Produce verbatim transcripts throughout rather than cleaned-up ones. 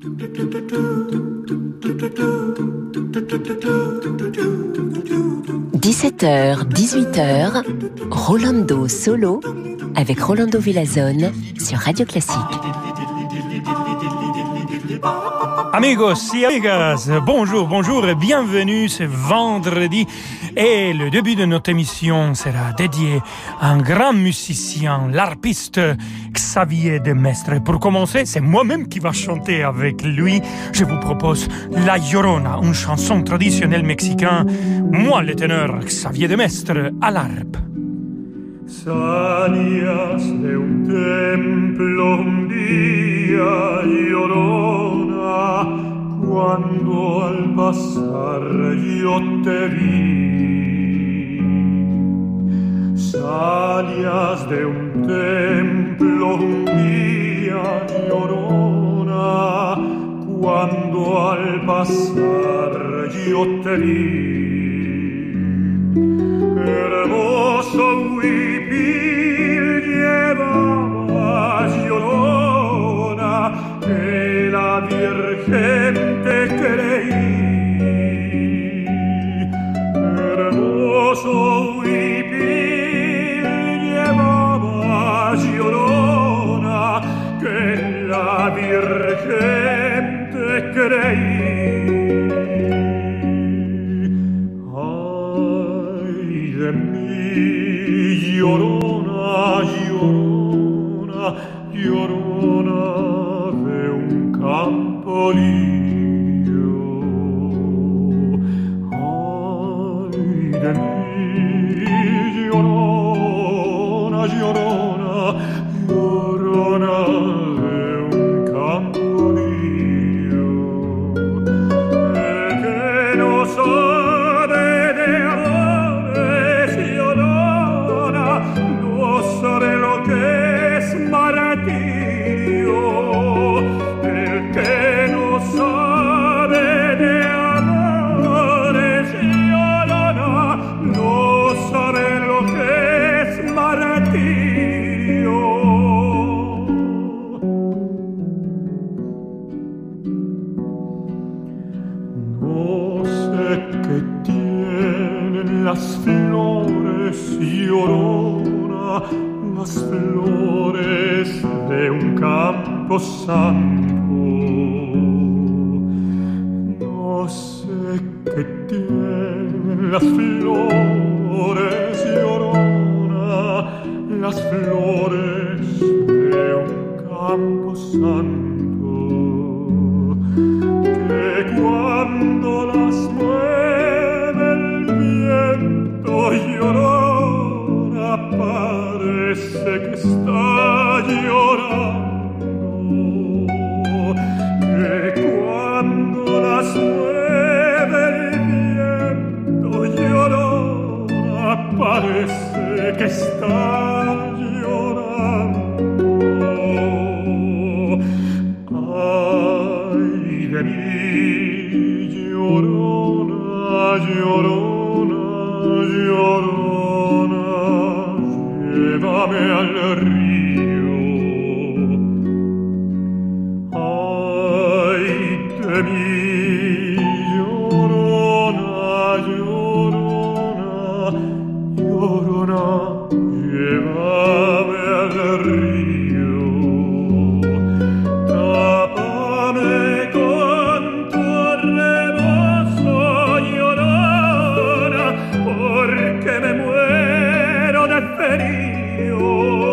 dix-sept heures, dix-huit heures, Rolando Solo avec Rolando Villazone sur Radio Classique. Amigos et amigas, bonjour, bonjour et bienvenue ce vendredi. Et le début de notre émission sera dédié à un grand musicien, l'harpiste Xavier Demestre. Pour commencer, c'est moi-même qui va chanter avec lui. Je vous propose La Llorona, une chanson traditionnelle mexicaine. Moi, le ténor Xavier Demestre, à l'harpe. Salías de un templo un día, Llorona, cuando al pasar yo te vi. Salías de un templo un día, Llorona, cuando al pasar yo te vi. Hermoso huipil llevabas, Llorona, que la Virgen te creí. Hermoso huipil llevabas, Llorona, que la Virgen te creí. Llorona, llorona, llorona de un campo limpio. Ay de mí, llorona, llorona, llorona de un campo limpio. El que no sabe de amores, llorona, no sabe lo que es martirio. El que no sabe de amores, llorona, no sabe lo que es martirio. No sé qué tienen las flores, llorona, las flores de un campo santo. No sé qué tienen las flores, llorona, las flores de un campo santo, que cuando las mueve el viento, llorona, parece que está llorando, que cuando las mueve el viento, llorona, parece que está llorando. Ay de mí, llorona, llorona, llorona, llévame al río. Ay de mí, llorona, llorona, llorona, llévame al río. Tápame con tu rebozo, llorona, porque me muero de frío.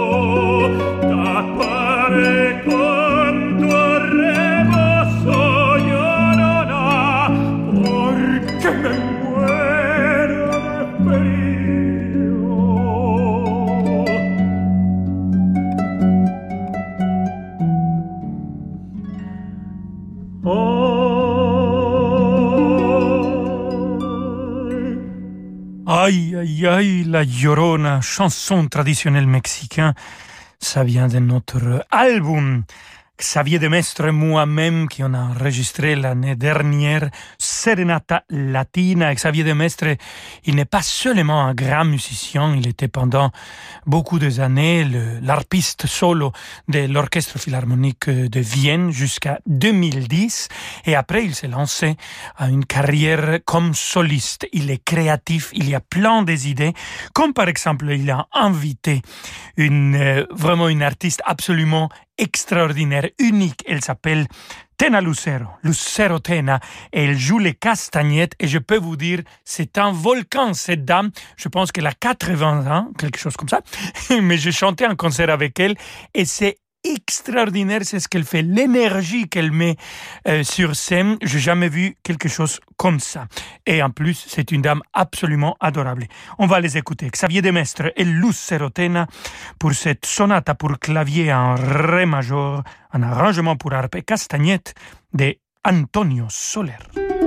Tápame con tu rebozo, llorona, porque me muero de frío. Aïe, aïe, aïe, La Llorona, chanson traditionnelle mexicaine. Ça vient de notre album Xavier Demestre et moi-même qui on a enregistré l'année dernière Serenata Latina. Xavier Demestre, il n'est pas seulement un grand musicien, il était pendant beaucoup d'années le, l'arpiste solo de l'Orchestre Philharmonique de Vienne jusqu'à deux mille dix et après il s'est lancé à une carrière comme soliste. Il est créatif, il y a plein d'idées, comme par exemple il a invité une, euh, vraiment une artiste absolument extraordinaire, unique. Elle s'appelle Tena Lucero, Lucero Tena, et elle joue les castagnettes et je peux vous dire, c'est un volcan cette dame. Je pense qu'elle a quatre-vingts ans, quelque chose comme ça, mais j'ai chanté un concert avec elle et c'est extraordinaire, c'est ce qu'elle fait, l'énergie qu'elle met euh, sur scène. J'ai jamais vu quelque chose comme ça. Et en plus, c'est une dame absolument adorable. On va les écouter. Xavier Demestre et Lucero Tena pour cette sonata pour clavier en ré majeur, un arrangement pour harpe et castagnette de Antonio Soler.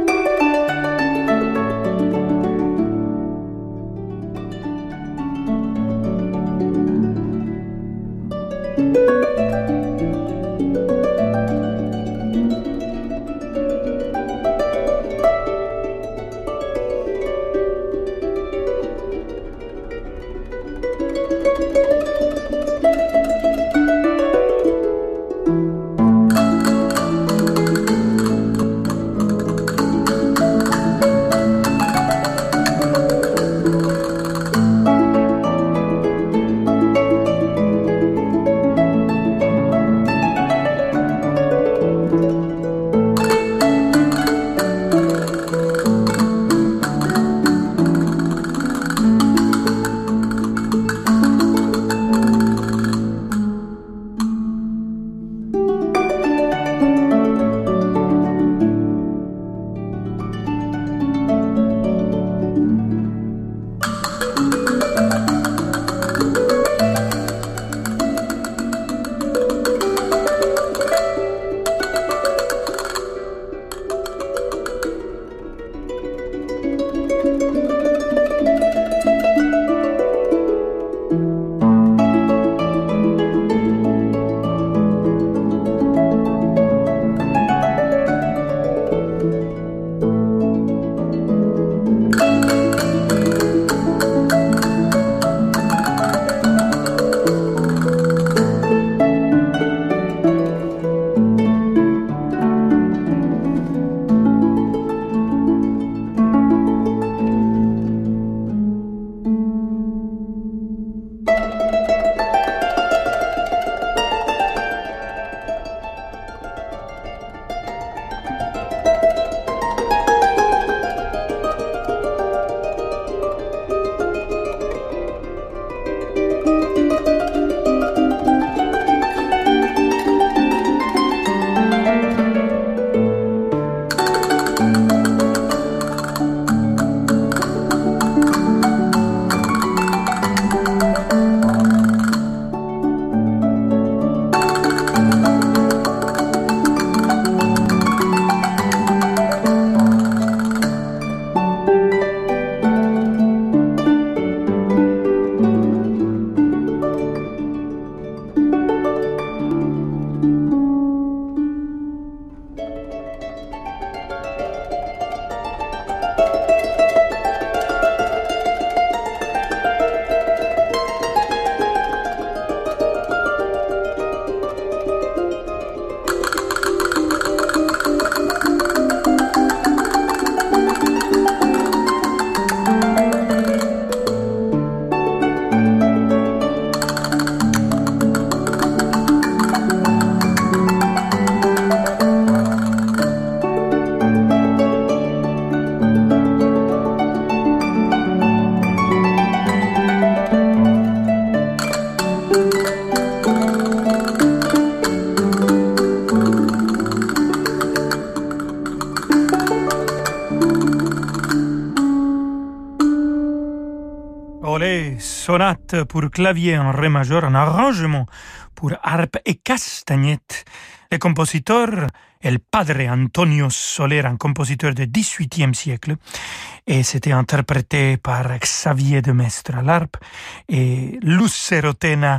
Olé, sonate pour clavier en ré majeur, un arrangement pour harpe et castagnette. Le compositeur est le padre Antonio Soler, un compositeur du dix-huitième siècle, et c'était interprété par Xavier Demestre à l'harpe et Lucero Tena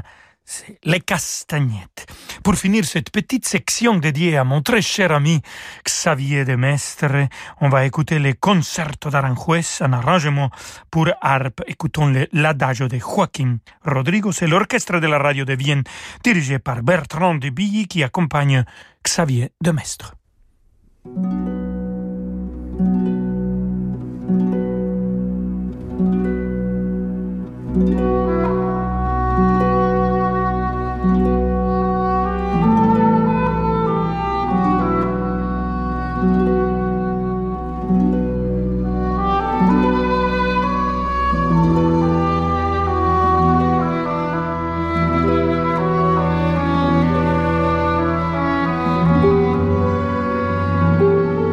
c'est les castagnettes. Pour finir cette petite section dédiée à mon très cher ami Xavier de Mestre, on va écouter le Concerto d'Aranjuez, un arrangement pour harpe. Écoutons le, l'Adagio de Joaquín Rodrigo. C'est l'orchestre de la radio de Vienne, dirigé par Bertrand de Billy, qui accompagne Xavier de Mestre. Thank you.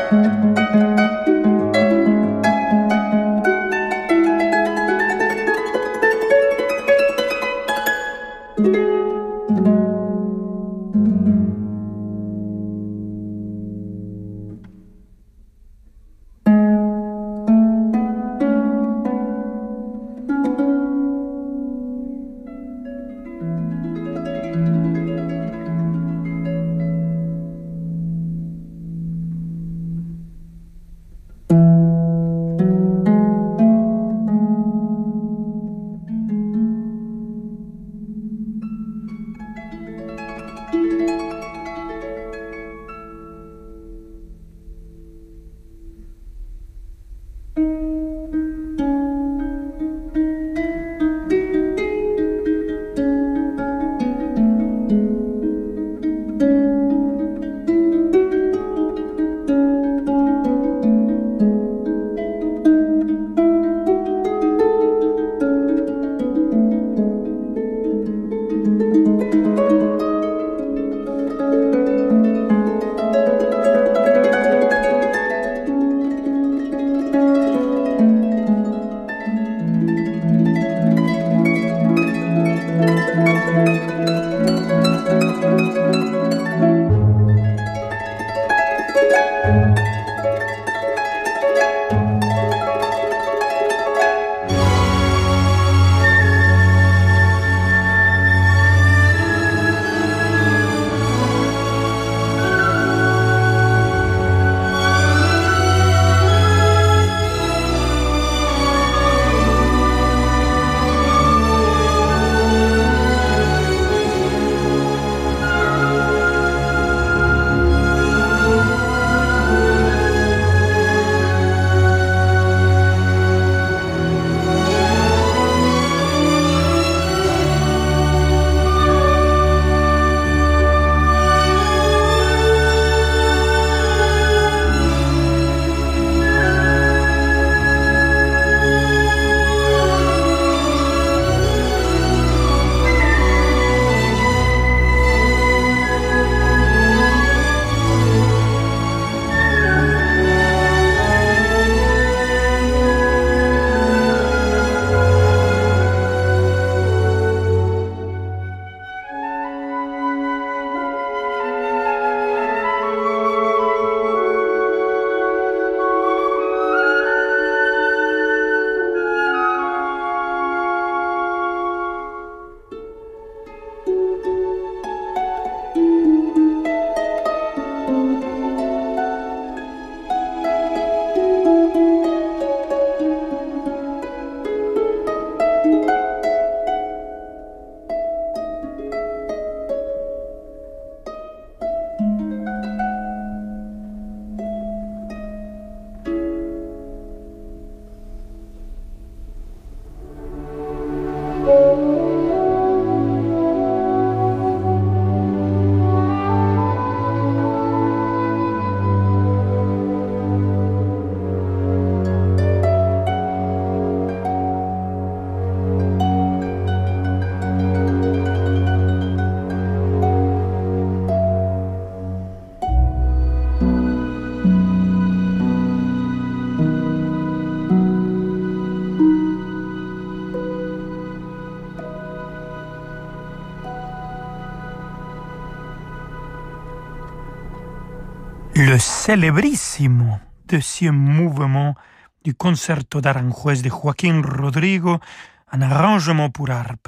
le célébrissimo deuxième mouvement du Concerto d'Aranjuez de Joaquín Rodrigo, un arrangement pour harpe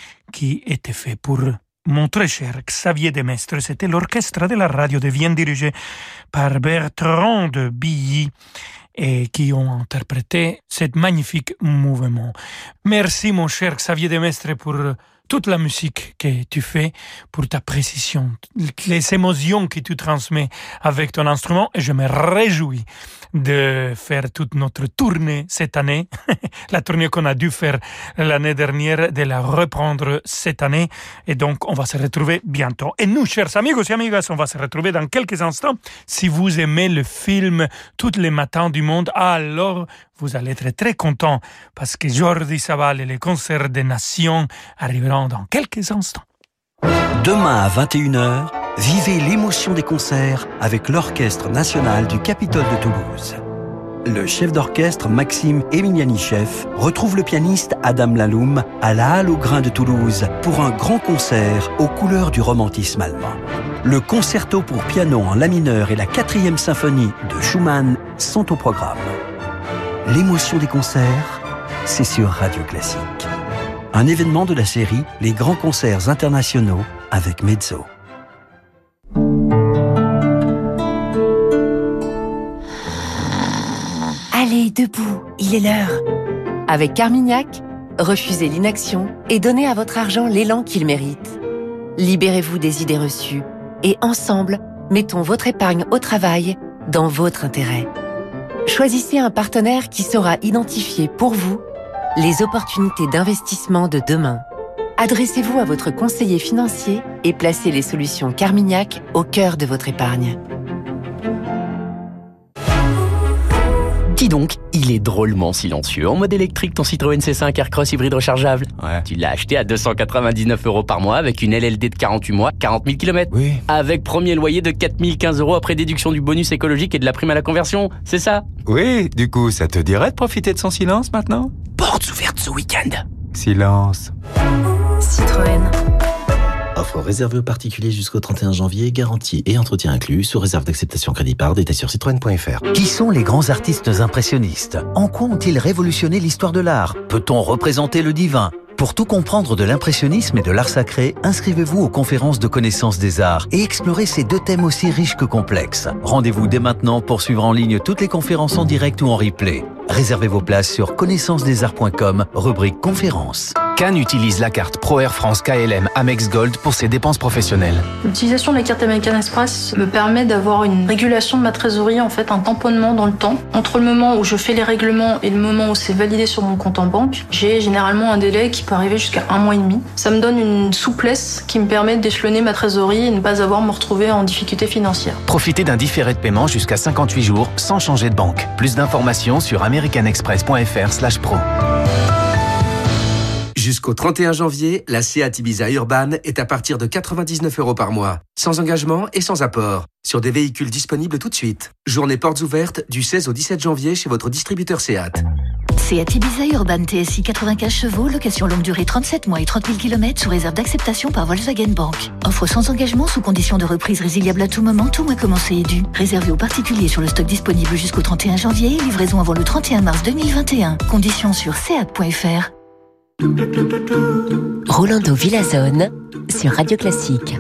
qui était fait pour mon très cher Xavier Demestre. C'était l'orchestre de la radio de Vienne dirigé par Bertrand de Billy et qui ont interprété ce magnifique mouvement. Merci mon cher Xavier Demestre pour toute la musique que tu fais, pour ta précision, les émotions que tu transmets avec ton instrument, et je me réjouis de faire toute notre tournée cette année, la tournée qu'on a dû faire l'année dernière, de la reprendre cette année, et donc on va se retrouver bientôt. Et nous, chers amigos et amigas, on va se retrouver dans quelques instants. Si vous aimez le film Tous les matins du monde, alors vous allez être très contents parce que Jordi Savall et les concerts des nations arriveront dans quelques instants. Demain à vingt et une heures, Vivez l'émotion des concerts avec l'Orchestre national du Capitole de Toulouse. Le chef d'orchestre Maxime Emiliani-Chef retrouve le pianiste Adam Laloum à la Halle aux Grains de Toulouse pour un grand concert aux couleurs du romantisme allemand. Le concerto pour piano en la mineur et la quatrième symphonie de Schumann sont au programme. L'émotion des concerts, c'est sur Radio Classique. Un événement de la série Les grands concerts internationaux avec Mezzo. Allez, debout, il est l'heure. Avec Carmignac, refusez l'inaction et donnez à votre argent l'élan qu'il mérite. Libérez-vous des idées reçues et ensemble, mettons votre épargne au travail dans votre intérêt. Choisissez un partenaire qui saura identifier pour vous les opportunités d'investissement de demain. Adressez-vous à votre conseiller financier et placez les solutions Carmignac au cœur de votre épargne. Dis donc, il est drôlement silencieux. En mode électrique, ton Citroën C cinq Aircross hybride rechargeable. Ouais. Tu l'as acheté à deux cent quatre-vingt-dix-neuf euros par mois avec une L L D de quarante-huit mois, quarante mille kilomètres. Oui. Avec premier loyer de quatre mille quinze euros après déduction du bonus écologique et de la prime à la conversion. C'est ça? Oui, du coup, ça te dirait de profiter de son silence maintenant? Portes ouvertes ce week-end. Silence. Citroën. Offre réservée aux particuliers jusqu'au trente et un janvier, garantie et entretien inclus, sous réserve d'acceptation crédit par détail sur citroën point f r. Qui sont les grands artistes impressionnistes? En quoi ont-ils révolutionné l'histoire de l'art? Peut-on représenter le divin? Pour tout comprendre de l'impressionnisme et de l'art sacré, inscrivez-vous aux conférences de connaissance des arts et explorez ces deux thèmes aussi riches que complexes. Rendez-vous dès maintenant pour suivre en ligne toutes les conférences en direct ou en replay. Réservez vos places sur connaissance des arts point com, rubrique conférences. Cannes utilise la carte Pro Air France K L M Amex Gold pour ses dépenses professionnelles. L'utilisation de la carte American Express me permet d'avoir une régulation de ma trésorerie, en fait un tamponnement dans le temps. Entre le moment où je fais les règlements et le moment où c'est validé sur mon compte en banque, j'ai généralement un délai qui peut arriver jusqu'à un mois et demi. Ça me donne une souplesse qui me permet d'échelonner ma trésorerie et ne pas avoir à me retrouver en difficulté financière. Profitez d'un différé de paiement jusqu'à cinquante-huit jours sans changer de banque. Plus d'informations sur americanexpress point f r slash pro. Jusqu'au trente et un janvier, la Seat Ibiza Urban est à partir de quatre-vingt-dix-neuf euros par mois, sans engagement et sans apport, sur des véhicules disponibles tout de suite. Journée portes ouvertes du seize au dix-sept janvier chez votre distributeur Seat. Seat Ibiza Urban T S I quatre-vingt-quinze chevaux, location longue durée trente-sept mois et trente mille kilomètres sous réserve d'acceptation par Volkswagen Bank. Offre sans engagement sous condition de reprise résiliable à tout moment, tout mois commencé et dû. Réservé aux particuliers sur le stock disponible jusqu'au trente et un janvier, livraison avant le trente et un mars deux mille vingt et un. Conditions sur seat point f r. Rolando Villazone sur Radio Classique.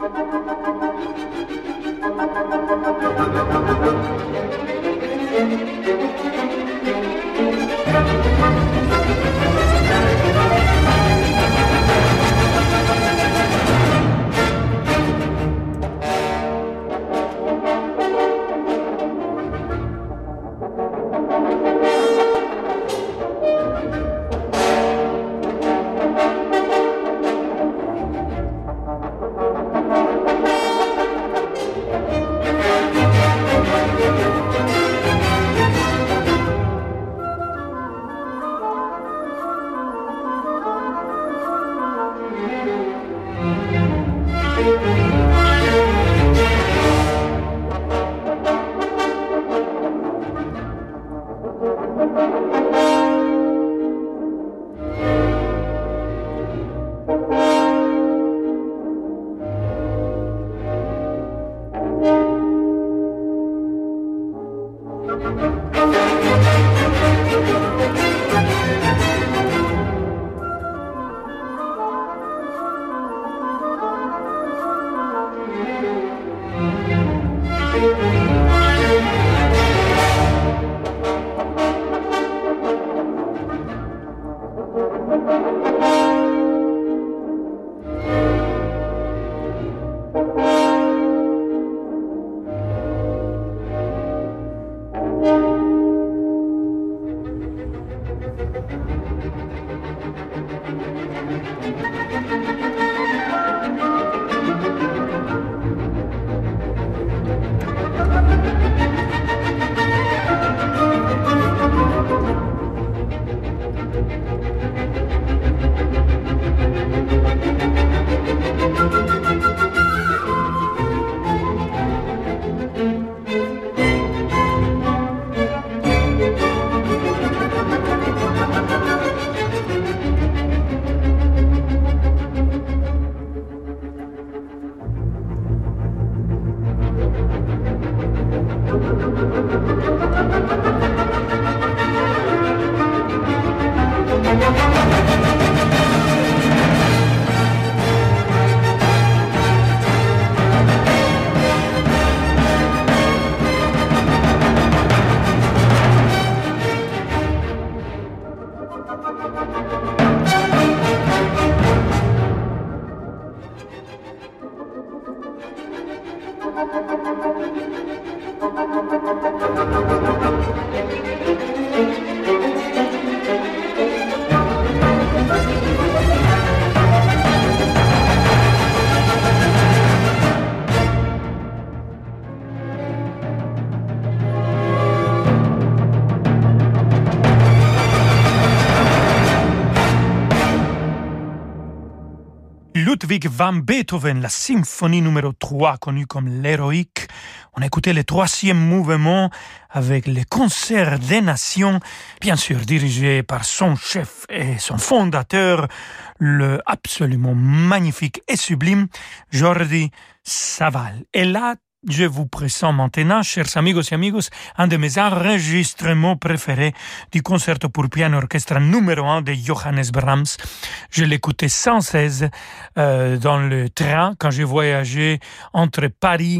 Ludwig van Beethoven, la symphonie numéro trois, connue comme l'héroïque. On a écouté le troisième mouvement avec le concert des nations, bien sûr dirigé par son chef et son fondateur, le absolument magnifique et sublime Jordi Savall. Et là, je vous présente maintenant, chers amigos et amigos, un de mes enregistrements préférés du concerto pour piano orchestre numéro un de Johannes Brahms. Je l'écoutais sans cesse euh, dans le train quand j'ai voyagé entre Paris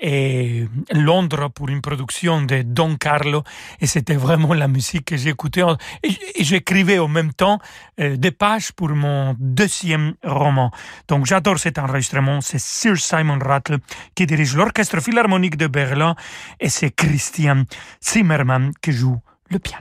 et Londres pour une production de Don Carlo, et c'était vraiment la musique que j'écoutais et, et j'écrivais en même temps euh, des pages pour mon deuxième roman. Donc j'adore cet enregistrement, c'est Sir Simon Rattle qui dirige l'orchestre philharmonique de Berlin et c'est Christian Zimmermann qui joue le piano.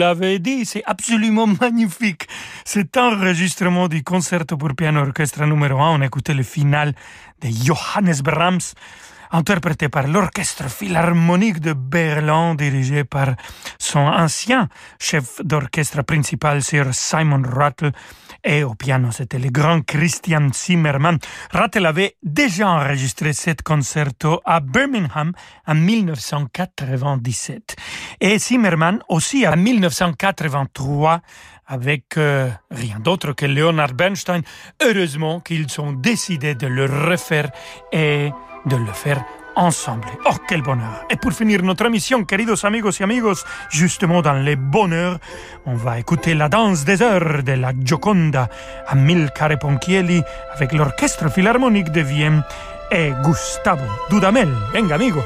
l'avais dit, c'est absolument magnifique. Cet enregistrement du concerto pour piano orchestre numéro un, on écoutait le final de Johannes Brahms, interprété par l'Orchestre Philharmonique de Berlin, dirigé par son ancien chef d'orchestre principal, Sir Simon Rattle. Et au piano, c'était le grand Christian Zimmermann. Rattle avait déjà enregistré cet concerto à Birmingham en dix-neuf cent quatre-vingt-dix-sept. Et Zimmermann aussi en dix-neuf cent quatre-vingt-trois avec euh, rien d'autre que Leonard Bernstein. Heureusement qu'ils ont décidé de le refaire et de le faire ensemble. Oh, quel bonheur! Et pour finir notre émission, queridos amigos y amigos, justement dans les bonheurs, on va écouter la danse des heures de la Gioconda, Amilcare Ponchielli, avec l'Orchestre Philharmonique de Vienne et Gustavo Dudamel. Venga, amigo!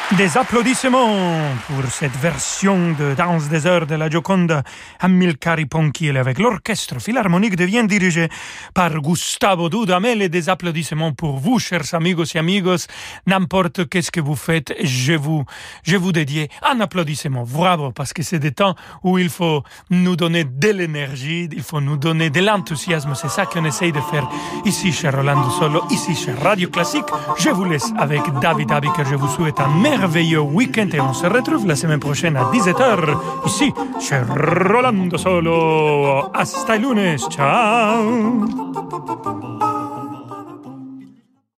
Des applaudissements pour cette version de Danse des heures de la Gioconda Amilcari Ponchielli avec l'orchestre philharmonique devient dirigé par Gustavo Dudamel et des applaudissements pour vous, chers amigos et amigos. N'importe qu'est-ce que vous faites, je vous, je vous dédie un applaudissement. Bravo, parce que c'est des temps où il faut nous donner de l'énergie, il faut nous donner de l'enthousiasme. C'est ça qu'on essaye de faire ici chez Rolando Solo, ici chez Radio Classique. Je vous laisse avec David Abiker. Je vous souhaite un merveilleux week-end et on se retrouve la semaine prochaine à dix-sept heures ici chez Rolando Solo. Hasta el lunes. Ciao.